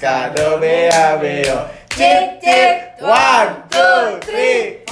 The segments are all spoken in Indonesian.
ska do be a be yo. Cek cek 1 2 3.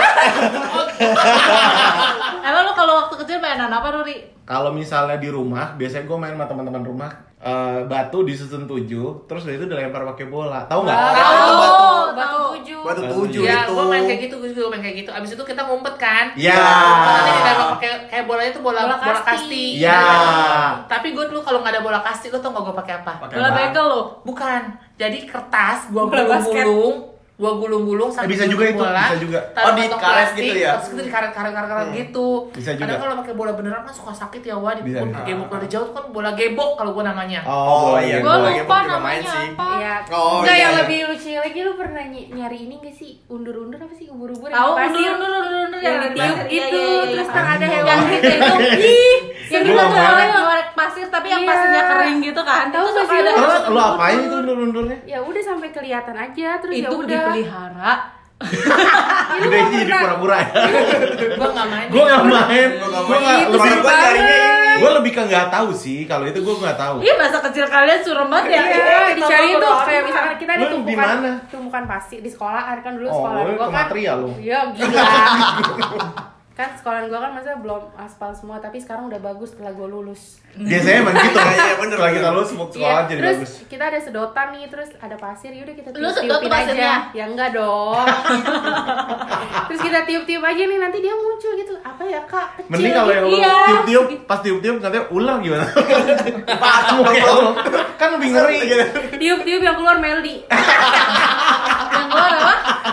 Emang lu kalau waktu kecil mainan apa, Ruri? Kalau misalnya di rumah, biasanya gue main sama teman-teman rumah batu disusun 7, terus dari itu dilempar pakai bola. Tahu nggak? Tahu. Batu 7 ya, itu. gue main kayak gitu, gue juga main kayak gitu. Abis itu kita ngumpet kan. Ya. Nanti ditembak pakai kayak bolanya tuh bola kasti. Ya. Tapi gue dulu kalau nggak ada bola kasti, lo tau nggak gue pakai apa? Bola bekel lo. Bukan. Jadi kertas, gue Bola basket. gulung-gulung sampai Bisa juga itu, bola, bisa juga. taruh Oh, di kantong karet plastik, gitu ya? terus itu dikaret-karet gitu. Bisa juga. Kadang kalau pakai bola beneran kan suka sakit ya, wah Bisa, dipukul bisa. gebok dari jauh tuh kan bola gebok kalau gue namanya. Oh iya. Gue lagi lupa juga main namanya sih. apa. Iya. Oh, Enggak, iya, yang iya. lebih lucu lagi, lu pernah nyari ini gak sih? Undur-undur apa sih? Ubur-ubur Tahu yang pasir? undur yang di ditiup pasir. itu, Iya. terus kan ada Yang hewan gitu itu. Ih, Yang Gua kita nggak main. ngorek pasir tapi yang Iya. pasirnya kering gitu kan. Tahu Itu nggak suka sih ada. lu? Terus lo apain itu undur-undurnya? ya udah sampai kelihatan aja, terus ya Itu udah. dipelihara. Gede sih jadi pura-pura ya. Gue nggak main. Gue nggak main. Gue nggak Itu lebih. seru Gue nyarinya ini. Gue lebih ke nggak tahu sih. Kalau itu gue nggak tahu. Iya, masa kecil kalian suram banget ya. Iya, dicari Tahu tuh bodo kayak amat. misalkan kita ada Lu di tumpukan mana? tumpukan pasir di sekolah, kan dulu Oh, sekolah lu gua ke kan. material lu. Iya, gila. Kan sekolah gua kan masa belum aspal semua, tapi sekarang udah bagus setelah gua lulus. Biasanya emang gitu. Iya, bener. Lagi lalu sekolah Iya, jadi terus bagus. kita ada sedotan nih, terus ada pasir, yaudah kita Lu sedot tiup-tiupin tuh pasirnya? aja. Ya enggak dong. Terus kita tiup-tiup aja nih, nanti dia muncul gitu. Apa ya, Kak? Kecil. Mending kalau yang lu Iya. tiup-tiup, pas tiup-tiup katanya ular gimana? Mungkin lu kan lebih ngeri. Tiup-tiup yang keluar Meldi. Yang keluar apa?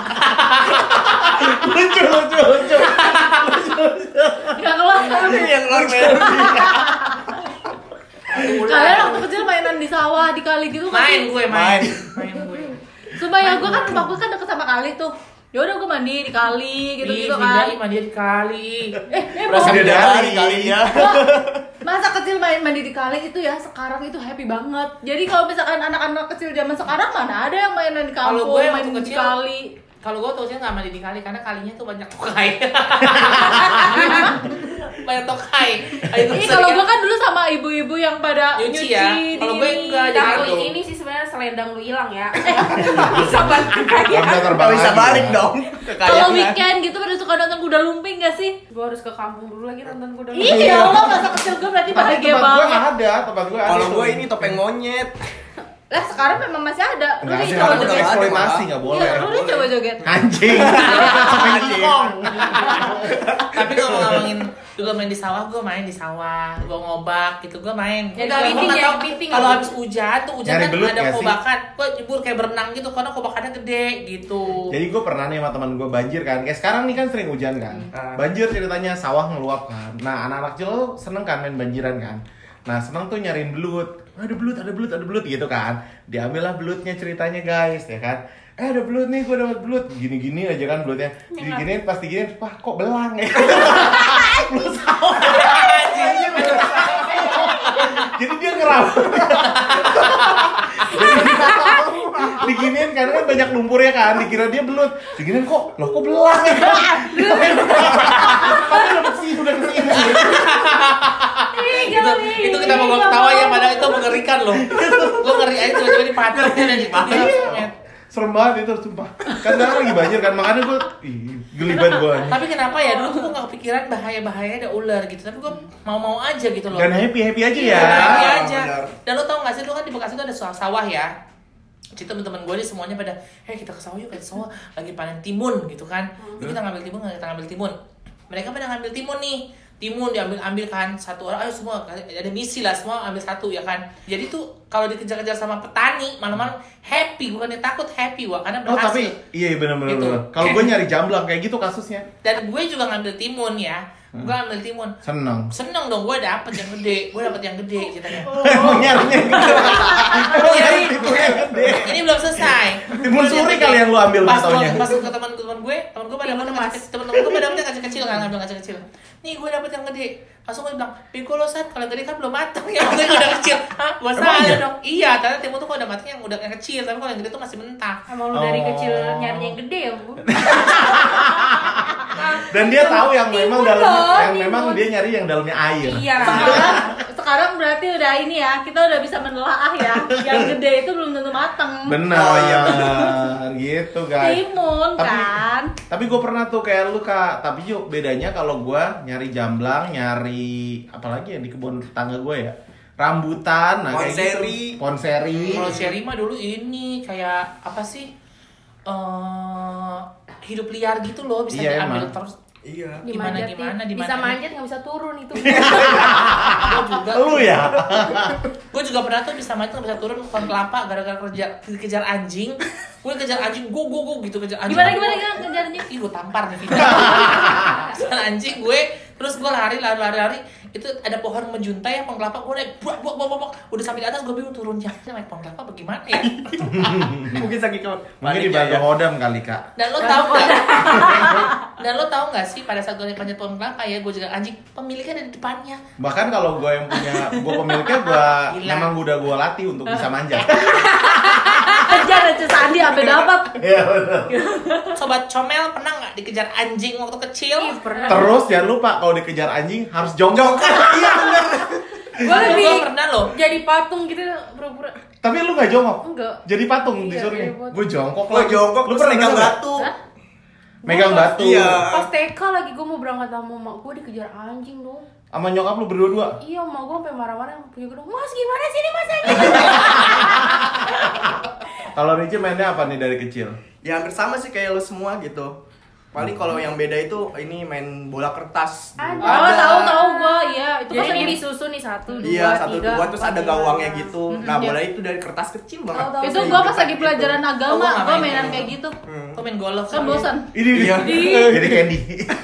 Lucu. Yang keluar. Yang luar Meldi. Kalian waktu kecil mainan di sawah, di kali gitu kan? Main gue. Sumpah ya, gue kan rumah gue kan deket sama kali tuh. Ya udah gue mandi di kali gitu-gitu kan. Mandi di kali. Berasa Udah beda dari. kalinya. Masa kecil main mandi di kali itu ya, sekarang itu happy banget. Jadi kalau misalkan anak-anak kecil zaman sekarang mana ada yang mainan di Kalau kampung, gue main waktu di kecil- kali. Kalau gue tau sih nggak mandi di kali karena kalinya tuh banyak tokai. Banyak tokai. Ih, kalau gue kan dulu sama ibu-ibu yang pada Nyuci ya. Kalau gue enggak, jadi Tapi gitu. ini sih sebenarnya selendang lu hilang ya. Bisa balik Gak bisa terbang Gak bisa lagi. balik dong. kalau Kekayangan. weekend gitu pada suka nonton kuda lumping gak sih? Gue harus ke kampung dulu lagi nonton kuda. Iya, Allah masa kecil gue berarti Tapi bahagia tempat gue banget. nggak ada, tempat gue ada. Kalau tuh. gue ini topeng monyet. Lah sekarang memang masih ada. Nggak Ruri sih, coba itu udah joget. nggak ada, eksploitasi malah. nggak boleh. Iya, Ruri coba joget. Anjing. Tapi kalau ngomongin dulu main di sawah, gue main di sawah, gue ngobak gitu, gue main. Jadi Enggak, kepiting gua nggak ya, tahu. kepiting Kalau ya? habis hujan tuh hujan Nyari kan belut ada nggak sih? kobakan, gue nyebur kayak berenang gitu karena kobakannya gede gitu. Jadi gue pernah nih sama teman gue banjir kan. Kayak sekarang nih kan sering hujan kan. Banjir ceritanya sawah ngeluap kan. Nah anak-anak kecil seneng kan main banjiran kan. Nah seneng tuh nyariin belut. Ada belut gitu kan. Diambillah belutnya ceritanya guys ya kan. Ada belut nih, gue dapat belut. Gini-gini aja kan belutnya. Gini-gini pas diginiin, wah kok belang ya. Belut sawah. Jadi dia ngerawat. Diginiin karena kan banyak lumpurnya kan, dikira dia belut. Diginiin kok, loh kok belang ya? Tapi udah kesini. Itu kita mau ketawa ya, padahal itu mengerikan loh. Gue ngeri aja tiba-tiba dipatok dan itu. Serem banget itu sumpah. Kan sekarang lagi banjir kan, makanya gue geli banget gue. Tapi kenapa ya dulu tuh gue gak kepikiran bahaya ada ular gitu. Tapi gue mau aja gitu loh. Dan happy aja ya. Happy aja. benar. Dan lo tau gak sih, lo kan di Bekasi tuh ada sawah ya. Jadi teman-teman gue nih semuanya pada, kita ke sawah yuk, ke sawah lagi panen timun gitu kan. Yuk kita ngambil timun. Mereka pada ngambil timun nih. Timun diambil kan, satu orang, ayo semua, ada misi lah, semua ambil satu ya kan. Jadi tuh kalau dikejar-kejar sama petani, malam-malam happy, bukannya takut, happy wah, karena Oh berhasil. tapi iya benar-benar. Gitu. Kalau gue nyari jamblang kayak gitu kasusnya. Dan gue juga ngambil timun ya, gue ambil timun. Seneng dong, gue dapet yang gede ceritanya. Emang nyarinya gitu. Emang nyari itu yang gede. Ini belum selesai. Timun suri kali yang lu ambil pas taunya. pas ke teman-teman gue pada dapet yang kecil kan, ngambil kecil. Nih gue dapet yang gede. Langsung gue bilang, "Bego lo Sat, kalau yang gede kan belum matang." Ya maksudnya udah kecil. Hah? Gua salah iya? dong. Iya, ternyata timun tuh kalau udah matang yang udah yang kecil, tapi kalau yang gede tuh masih mentah. Emang lu dari Oh. kecil nyari yang gede ya, Bu? Dan dia tahu yang memang Timun dalamnya, loh, yang memang timun. dia nyari yang dalamnya air. Iya. sekarang berarti udah ini ya, kita udah bisa menelaah ya. Yang gede itu belum tentu mateng. Bener. Oh, iya. Gitu guys. Timun kan. Tapi gue pernah tuh kayak lu Kak. Tapi yuk bedanya kalau gue nyari jamblang, nyari apalagi yang di kebun tetangga gue ya. Rambutan, nah kayak Ponseri. gitu. Ponseri. Kalau Sherry mah dulu ini kayak apa sih? Hidup liar gitu loh, bisa Iya, diambil emang. terus. Iya. Dimanjatin. Gimana? Bisa manjat nggak bisa turun itu. Gue juga. Lu ya? Gue juga pernah tuh bisa manjat nggak bisa turun pohon kelapa gara-gara dikejar anjing. Gue kejar anjing, gue gitu kejar anjing. Gimana ngejarnya? Ih, gue tampar nih video. Kejar anjing gue, terus gue lari. Itu ada pohon menjuntai ya, pohon kelapa. Gue naik, buak. Udah sampai di atas, gue bingung turunnya. Naik pohon kelapa bagaimana ya? Mungkin saking Mungkin dibantu hodam kali Kak. Dan lo tahu nggak? Dan lo tahu nggak sih pada saat gue naik panjat pohon kelapa ya, gue juga anjing, pemiliknya ada di depannya. Bahkan kalau gue yang punya, gue pemiliknya gue Gila. memang udah gue latih untuk bisa manjat. Kejar aja Sandi sampai dapat. Iya benar. Sobat comel pernah nggak dikejar anjing waktu kecil? Pernah. Terus jangan lupa kalau dikejar anjing harus jongkok. Iya bener. Gue lebih Gue pernah loh. jadi patung gitu pura-pura. Tapi lu gak jongkok? Enggak. Jadi patung Iya, disuruhnya. jadi patung. Gue jongkok. Lo jongkok Lu terus pernah megang nggak? batu. Hah? Megang batu. Iya. Pas TK lagi gue mau berangkat sama mak gue dikejar anjing dong. Sama nyokap lu berdua-dua. Iya, mak gue sampai marah-marah punya gue dong. Mas gimana sih ini mas anjing? Kalau Ricci mainnya apa nih dari kecil? Ya hampir sama sih kayak lo semua gitu. Paling kalau yang beda itu ini main bola kertas. Ada. Oh, tahu gua. Iya, itu Jadi pas ini lagi disusun nih 1, 2, Iya, 3, 1, 2 terus ada gawangnya gitu. Nah, iya. bola itu dari kertas kecil banget. Tahu-tahu. itu gua pas lagi pelajaran Oh, agama, gua nggak gua main mainan gitu. kayak gitu. Gue main golf. Kan bosan. Ini Iya. Jadi candy.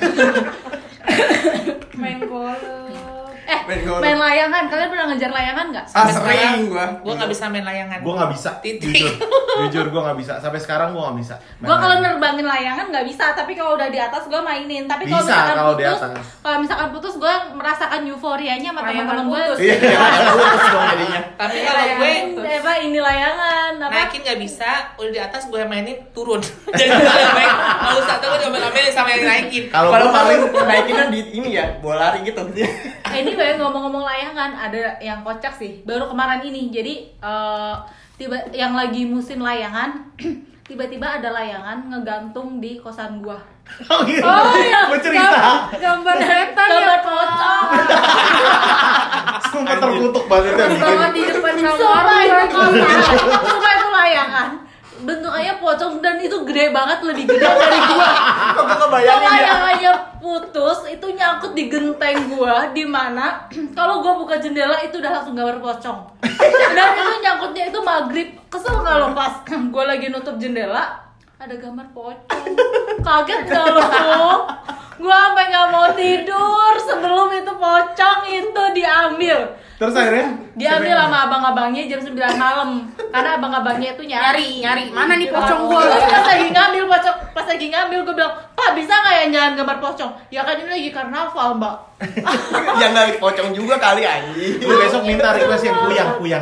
main golf. Main golf. Main layangan. Kalian pernah ngejar layangan nggak? Sering gua. Gue nggak bisa main layangan. Gue nggak bisa. Titik. Jujur gue nggak bisa. Sampai sekarang gue nggak bisa. Gua kalau nerbangin layangan nggak bisa, tapi kalau udah di atas gua mainin. Tapi kalau Bisa misalkan kalau di putus, atas. kalau misalkan putus gua merasakan euforianya sama Layangan teman-teman gua. putus. Iya. Putus dong jadinya. Tapi kalau gue Apa ini layangan apa? naikin nggak bisa, udah di atas gue mainin turun. Jadi gue main, nggak usah tuh gue diomel-omelin sama yang naikin. Kalau Kalau gue paling naikinnya di ini ya, bola lari gitu. Anyway, ngomong-ngomong layangan, ada yang kocak sih. Baru kemarin ini. Jadi yang lagi musim layangan, tiba-tiba ada layangan ngegantung di kosan gua. oh gitu. Oh iya, Gue cerita. gambar setan ya, Gambar Pak. pocong. Sumpah terkutuk banget yang bikin. Banget di depan Sumpah kamar. itu kosan. Sumpah itu layangan. Bentuknya pocong dan itu gede banget, lebih gede dari gua. Kok gak Kalau kebayangin ya? layangannya putus, itu nyangkut di genteng gua, di mana kalau gua buka jendela itu udah langsung gambar pocong. Dan itu nyangkutnya itu maghrib. Kesel nggak lo pas gua lagi nutup jendela ada gambar pocong? Kaget nggak lo? Gua sampai nggak mau tidur sebelum itu pocong itu diambil. Terus akhirnya Diambil sama abang-abangnya jam 9 malam. Karena abang-abangnya itu Nyari, mana nih pocong gua? Terus pas lagi ngambil gue bilang, "Pak, bisa nggak ya jangan gambar pocong?" Ya kan ini lagi karnaval, Mbak. Ya nggak pocong juga kali anjing. lu besok minta request yang kuyang.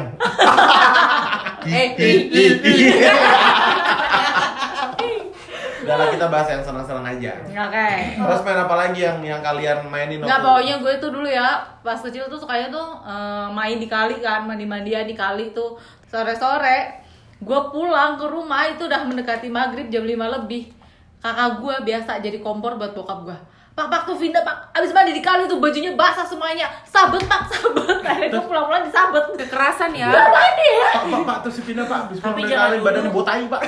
Udah lah kita bahas yang senang-senang aja. Oke. Terus main apa lagi yang kalian mainin? Nggak, waktu- pokoknya gue tuh dulu ya, pas kecil tuh sukanya tuh main di kali kan, mandi-mandian di kali tuh. Sore-sore, gue pulang ke rumah itu udah mendekati maghrib jam 5 lebih. Kakak gue biasa jadi kompor buat bokap gue. Pak tuh Vinda, Pak, abis mandi di kali tuh bajunya basah semuanya. Sabet, Pak, sabet. Akhirnya gue pulang-pulang disabet. Kekerasan ya. Gak mandi ya. Pak, terus si Pina Pak, habis pulang Tapi dari jangan kali dulu. badannya botai Pak.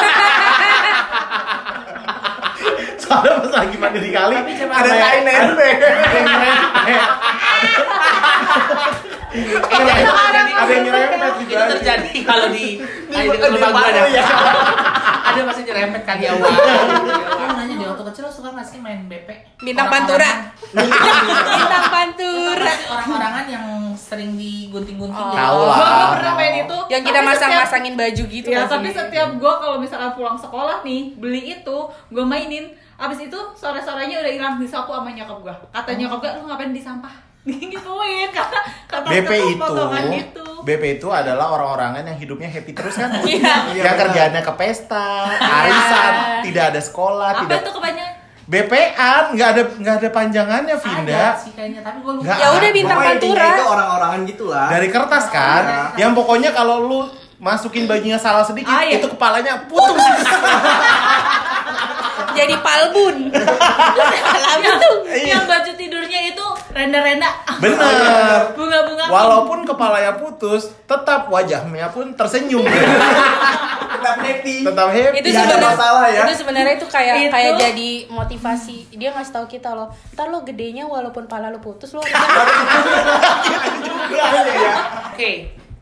Soalnya pas lagi mandi di kali, Tapi jangan Ada tai nempel. Ada yang nyerempet gitu Itu aja. terjadi kalau di Di rumah gue ada. depan ya. Ada masih nyerempet kali awal. Lu nanya di waktu kecil lo suka nggak sih main BP? Bintang Orang-orangan. Pantura. Bintang Lu Pantura. tahu nggak sih orang-orangan yang sering digunting-gunting. Oh. gitu? Tahu lah. Gue pernah main itu. Yang kita tapi masang-masangin baju gitu Ya, kan tapi sih. setiap gue kalau misalkan pulang sekolah nih, beli itu, gue mainin. Abis itu sore-sorenya udah hilang disapu sama nyokap gue. Kata nyokap gue, lu ngapain di sampah? Gituin, karena kata BP potongan gitu. BP itu adalah orang-orangan yang hidupnya happy terus kan? Iya. Yang kerjaannya ke pesta, arisan, tidak ada sekolah, Apa tidak itu kebanyakan? BP-an, nggak ada panjangannya, Vinda. Ada sih kayaknya, tapi gue lupa. Nggak Ya udah bintang Pokoknya intinya pantura. itu orang-orangan gitulah. Dari kertas kan, yang pokoknya kalau lu masukin bajunya salah sedikit, Ah, iya. itu kepalanya putus. Jadi palbun. Yang baju tidurnya itu renda-renda. Bener. Bunga-bunga. Walaupun kepalanya putus, tetap wajahnya pun tersenyum. Tetap happy. Tetap happy. Itu Nggak ada sebenarnya masalah ya. itu sebenarnya itu kayak Itu- kayak jadi motivasi. Dia ngasih tahu kita loh, ntar lo gedenya walaupun pala lo putus lo. Oke,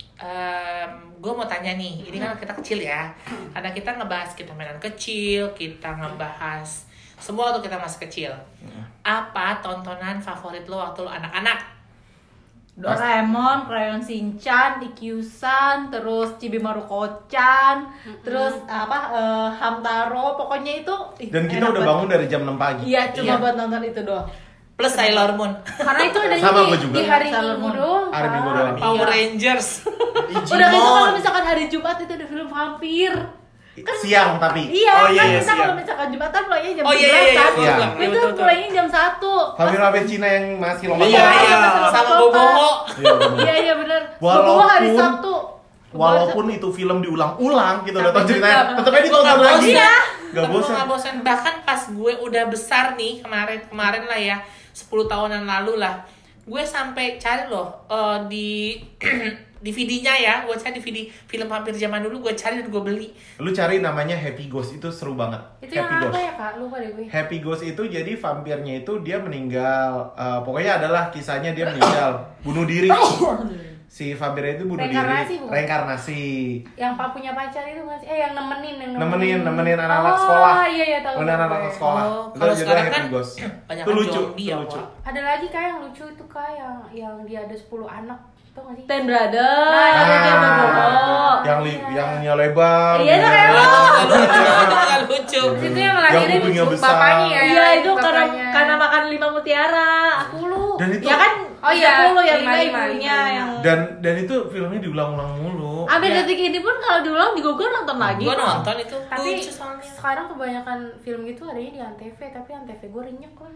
gue mau tanya nih, ini kan kita kecil ya, karena kita ngebahas kita mainan kecil, kita ngebahas semua waktu kita masih kecil. Apa tontonan favorit lo waktu lo anak-anak? Doraemon, Crayon Shinchan, Ikyusan, terus Chibi Maruko-chan, terus Hamtaro, pokoknya itu Dan kita enak udah banget. bangun dari jam 6 pagi. Iya, cuma Iya. buat nonton itu doang. Plus Sailor Moon, Karena itu ada Sama di, gua juga. di hari Sailor Minggu Moon. doang. Hari Kak. Minggu doang. Power Iya. Rangers. Udah gitu kalau misalkan hari Jumat itu ada film vampir. Siang tapi. Iya, Oh, iya, kan iya, kita siang. kalau misalkan Jumatan mulainya jam Oh, 11 iya, iya, iya, kan. iya. Itu Betul, betul. mulainya jam 1. Vampir Cina yang masih lompat. Iya, iya. Sama Boboho. Iya, bener. Iya, iya benar. Walaupun- hari Sabtu. Walaupun itu film diulang-ulang gitu udah tau Tapi ceritanya, tetap- tetep aja ditonton Nggak lagi. bosan. Gak Tetep bosan. nggak bosan. Bahkan pas gue udah besar nih kemarin lah ya, 10 tahunan lalu lah, gue sampai cari loh di DVD-nya ya, gue cari DVD film vampir zaman dulu, gue cari dan gue beli. Lu cari namanya Happy Ghost, itu seru banget. Itu Happy yang Ghost. apa ya kak? Lupa deh gue. Happy Ghost itu jadi vampirnya itu dia meninggal, pokoknya adalah kisahnya dia meninggal, bunuh diri. Si vampirnya itu bunuh Reinkarnasi diri, bukan? reinkarnasi. Yang pak punya pacar itu nggak sih? Yang nemenin Nemenin anak-anak sekolah. Oh iya iya tahu. Nemenin anak-anak sekolah. Oh, Itu kalau judulnya sekarang Happy kan Ghost. banyak Itu lucu, zombie itu ya, lucu. Wak. Ada lagi kak yang lucu itu kak yang dia ada 10 anak. Tau gak sih? Ten Brother, Nah, ada dia sama Bobo. yang lebar. Iya, itu kayak Itu nggak lucu, itu nggak lucu. Itu yang ngelahirin kupingnya besar. bapaknya ya. Iya, itu karena bapaknya. makan 5 mutiara. 10. Dan itu Ya kan? Oh iya, 10 yang 5 lima, ibunya lima. yang dan itu filmnya diulang-ulang mulu. Sampai Ya. detik ini pun kalau diulang juga gue nonton lagi. Gue nonton itu Tapi lucu soalnya. sekarang kebanyakan film gitu adanya di Antv, tapi Antv gue renyek lah.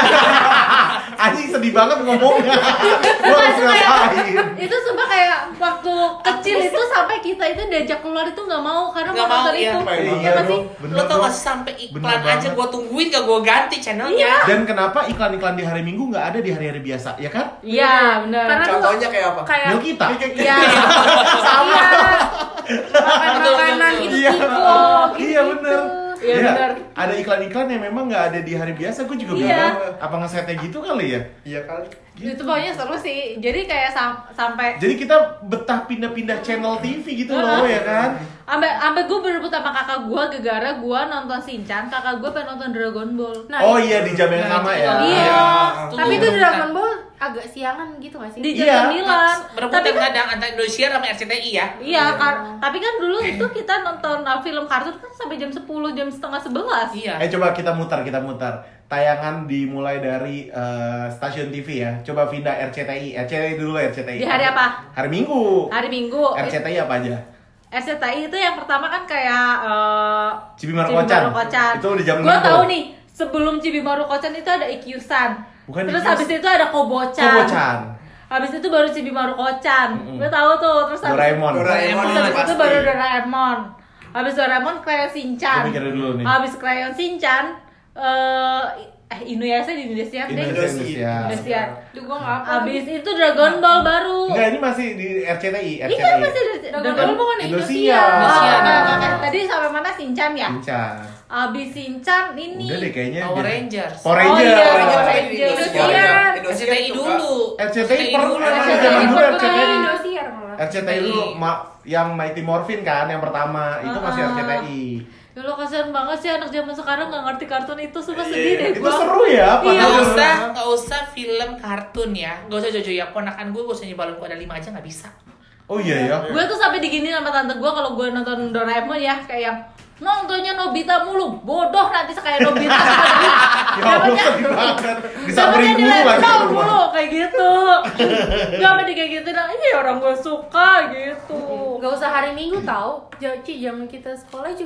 Anjing sedih banget ngomongnya. Gua harus ngapain? Itu sumpah kayak waktu kecil itu sampai kita itu diajak keluar itu nggak mau karena Nggak mau nonton mau, iya. itu. Iya Iya nggak sih? dong, bener Lo tau dong. gak sih sampai Bener iklan aja banget. gue tungguin gak gue ganti channelnya. Dan kenapa iklan-iklan di hari Minggu nggak ada di hari-hari biasa, ya kan? Iya, benar. Karena tuh Contohnya kayak apa? kayak Mil kita. Iya. Sama. Makanan itu Iya. tipo gitu. Iya bener. Iya, Ya, bener. ada iklan-iklan yang memang nggak ada di hari biasa. Gue juga Iya. bingung. Apa ngesetnya gitu kali ya? Iya kali. Itu pokoknya seru sih. Jadi kayak sampai Jadi kita betah pindah-pindah channel TV gitu loh, ya kan? sampai gue berebut sama kakak gue gara-gara gue nonton Shinchan, kakak gue pengen nonton Dragon Ball. Nah, Oh iya, di jam yang sama ya. Iya. tapi itu Tuh, Dragon Ball agak siangan gitu gak sih? Di Iya. jam 9. Berebut Tapi yang kan kadang antara Indonesia sama RCTI ya. iya, tapi kan dulu itu kita nonton film kartun kan sampai jam 10, jam setengah 11. Iya. Coba kita mutar. Tayangan dimulai dari stasiun TV ya. Coba pindah RCTI dulu RCTI. Di hari apa? Hari Minggu. Hari Minggu. RCTI apa aja? RCTI itu yang pertama kan kayak Cibi Maruko-chan. Itu di jam Gue 6 tahu tuh. nih, sebelum Cibi Maruko-chan itu ada Ikyusan. Bukan Terus Ikyusan. habis itu ada Kobo-chan. Kobo-chan. Habis itu baru Cibi Maruko-chan. Gue tahu tuh. Terus Doraemon. Terus habis itu pasti. baru Doraemon. Habis Doraemon Crayon Shinchan. Gua mikirin dulu nih. Habis Crayon Shinchan Inuyasha di Indonesia deh. Indonesia. Duh, gue gak apa. Habis itu Dragon Ball baru. Enggak, ini masih di RCTI. Iya masih ada Dragon Ball bukan Indonesia. Indonesia, Tadi sampai mana Shinchan ya? Shinchan. Abis Shinchan ini. Udah deh kayaknya. Power jadi- Rangers. Power Oh Ranger. iya, Power Power Ranger. Rangers. RCTI dulu. RCTI pernah dulu. emang RCTI zaman dulu pernah. RCTI. Indosiar malah. RCTI dulu yang Mighty Morphin kan yang pertama itu masih RCTI. Ya lo kasihan banget sih anak zaman sekarang gak ngerti kartun itu, sumpah sedih deh Itu gua. seru ya, Iya. Nggak usah film kartun ya. Nggak usah Jojo ya. Ponakan gue usah nyebalin gue ada 5 aja nggak bisa. Oh iya ya. Gue tuh sampai digini sama tante gue kalau gue nonton Doraemon ya kayak yang nontonnya Nobita mulu, bodoh nanti kayak Nobita. Ya Allah sedih banget. Disamperin dulu lagi ke rumah. mulu kayak gitu. Gak apa kayak gitu, nah iya orang gue suka gitu. Gak usah hari Minggu tahu. Jadi zaman kita sekolah juga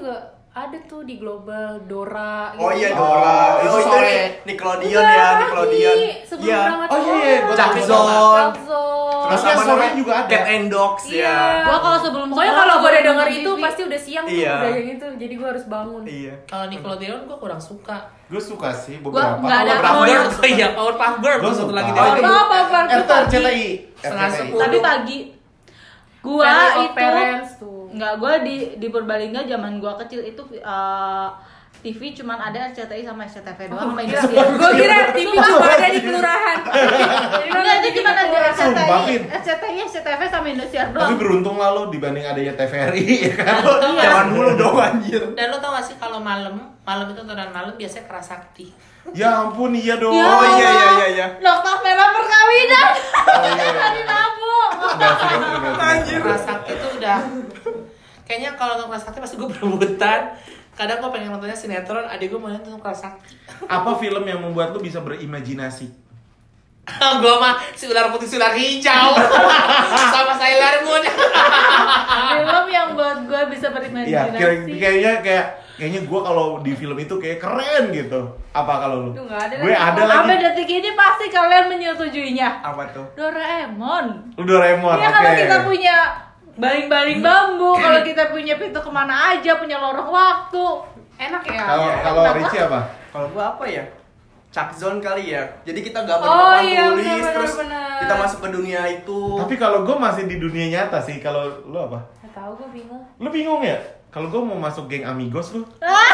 ada tuh di Global Dora Oh gitu. iya Dora. itu Itu sore. Nickelodeon ya, Nickelodeon. Sebelum Iya. berangkat Oh, iya, sekolah. iya, gua tahu. Chuck Zone. Chuck Zone. Terus Iya, apa sore namanya? juga ada. Cat and Dogs Iya. ya. Gua kalau sebelum Pokoknya sekolah kalau gue udah nonton denger TV. itu pasti udah siang tuh, Iya. udah yang itu. Jadi gue harus bangun. Iya. Kalau Nickelodeon gue kurang suka. Gue suka sih Gua beberapa. nggak ada Powerpuff Oh, Girls, oh iya Powerpuff Girls Gua satu suka. lagi Oh, dia. Apa RCTI. Setengah RCTI. 10. Tapi pagi. Gua Family of itu Parents tuh. nggak, gua di Purbalingga zaman gua kecil itu TV cuman ada RCTI sama SCTV doang sama Indosiar. Gue kira TV cuma ada di kelurahan. Jadi Enggak, itu cuma ada Sumpah, Vin. RCTI, SCTV sama Indosiar Tapi doang. beruntung lah lo dibanding adanya TVRI ya kan. Zaman dulu dong anjir. Dan lo tau gak sih kalau malam itu tontonan malam biasanya Kerasakti. Ya ampun iya dong. Ya. Oh iya. Nokta merah perkawinan. Oh, iya, iya. Tadi nabung. Udah, sudah. Anjir. Kerasakti itu udah kayaknya kalau nonton Kerasakti pasti gue berebutan. Kadang gue pengen nontonnya sinetron, adik gue mau nonton Kerasakti. Apa film yang membuat lo bisa berimajinasi? Gue mah si ular putih si ular hijau sama Sailor Moon. Film yang buat gua bisa Iya, berimajinasi. kayaknya gue kalau di film itu kayak keren gitu. Apa kalau lu? Itu nggak ada Gue lagi. ada Sampai lagi. detik ini pasti kalian menyetujuinya. Apa tuh? Doraemon. Lu Doraemon. Iya, Oke. kalau kita punya baling-baling bambu, kalau kita punya pintu kemana aja, punya lorong waktu. Enak ya. Kalau Richie apa? Kalau gua apa ya? Chuck Zone kali ya. Jadi kita gambar Oh, papan iya, tulis benar, terus benar. kita masuk ke dunia itu. Tapi kalau gue masih di dunia nyata sih. Kalau lu apa? Nggak tahu, gue bingung. Lu bingung ya? Kalau gue mau masuk geng Amigos lu.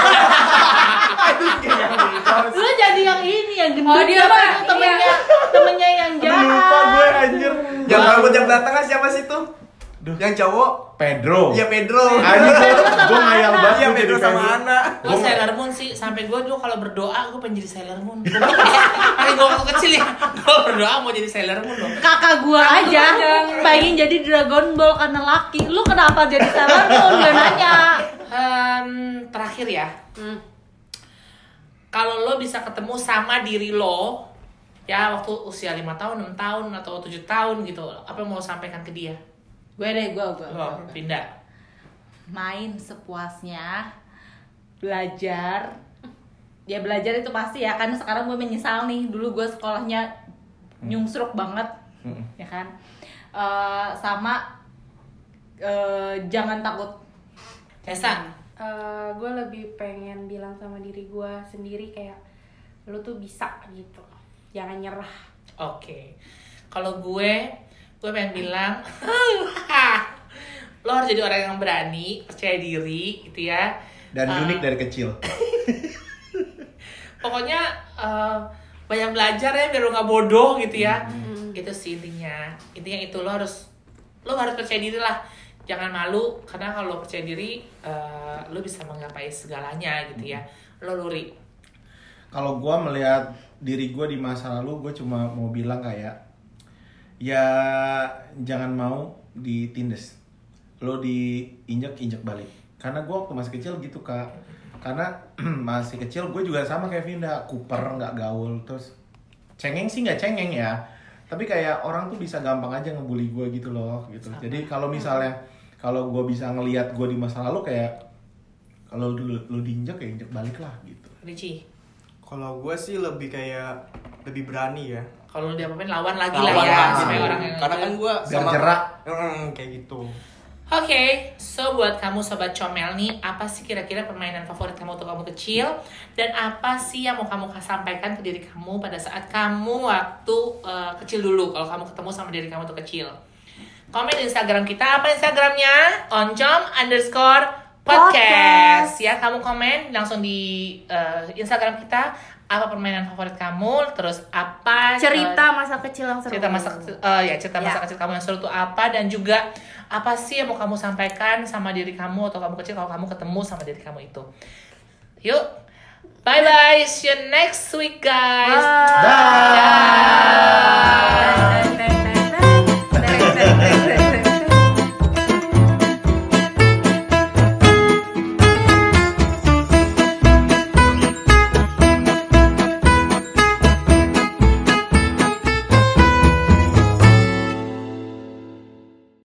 Lu jadi yang ini yang gendut. Oh, dia siapa mah, itu temennya yang Aduh, lupa jahat. gue anjir. Yang rambut yang belakangnya siapa sih tuh? Duh. Yang cowok? Pedro. Iya Pedro. Anjir, gue ngayal banget. Iya gua Pedro jadi sama Ana. Gue Sailor Moon sih, sampai gue dulu kalau berdoa gue pengen jadi Sailor Moon. Hari gue waktu kecil ya, gue berdoa mau jadi Sailor Moon loh. Kakak gua aja pengen jadi Dragon Ball karena laki. Lu kenapa jadi Sailor Moon? Gue nanya. Terakhir ya, kalau lo bisa ketemu sama diri lo, ya waktu usia 5 tahun, 6 tahun, atau 7 tahun gitu, apa yang mau sampaikan ke dia? Gue deh, gue. Lo pindah. Main sepuasnya, belajar. Ya belajar itu pasti ya, karena sekarang gue menyesal nih. Dulu gue sekolahnya nyungsruk banget, ya kan. Sama jangan takut. Tessa, Gue lebih pengen bilang sama diri gue sendiri kayak lu tuh bisa gitu, jangan nyerah. oke. Kalau gue pengen bilang, lo harus jadi orang yang berani, percaya diri, gitu ya. Dan unik dari kecil. Pokoknya banyak belajar ya biar lo nggak bodoh gitu ya. Itu sih intinya. Intinya itu lo harus percaya diri lah. Jangan malu karena kalau lo percaya diri lo bisa menggapai segalanya gitu ya. Lo luri. Kalau gue melihat diri gue di masa lalu, gue cuma mau bilang kayak ya jangan mau ditindes, lo diinjek balik. Karena gue waktu masih kecil gitu kak. Karena masih kecil gue juga sama kayak Vinda, kuper, nggak gaul, terus cengeng sih nggak cengeng ya. Tapi kayak orang tuh bisa gampang aja ngebully gue gitu loh gitu. Jadi kalau misalnya kalau gue bisa ngelihat gue di masa lalu kayak kalau lo diinjek ya injek balik lah gitu. Richie, Kalau gue sih lebih berani ya. kalau lo diapa-apain lawan lagi Lawan lah ya. lah. Supaya orang yang Karena kan gue Biar jerak. kayak gitu. Oke, so buat kamu sobat comel nih, apa sih kira-kira permainan favorit kamu waktu kamu kecil? Dan apa sih yang mau kamu sampaikan ke diri kamu pada saat kamu waktu kecil dulu? Kalau kamu ketemu sama diri kamu waktu kecil. Komen di Instagram kita, apa Instagramnya? oncom_podcast. Ya, kamu komen langsung di Instagram kita. Apa permainan favorit kamu? Terus apa Cerita masa kecil yang seru. cerita masa kecil kamu yang seru itu apa, dan juga apa sih yang mau kamu sampaikan sama diri kamu atau kamu kecil kalau kamu ketemu sama diri kamu itu. Yuk, bye bye, see you next week guys. Bye. Dah. Dah.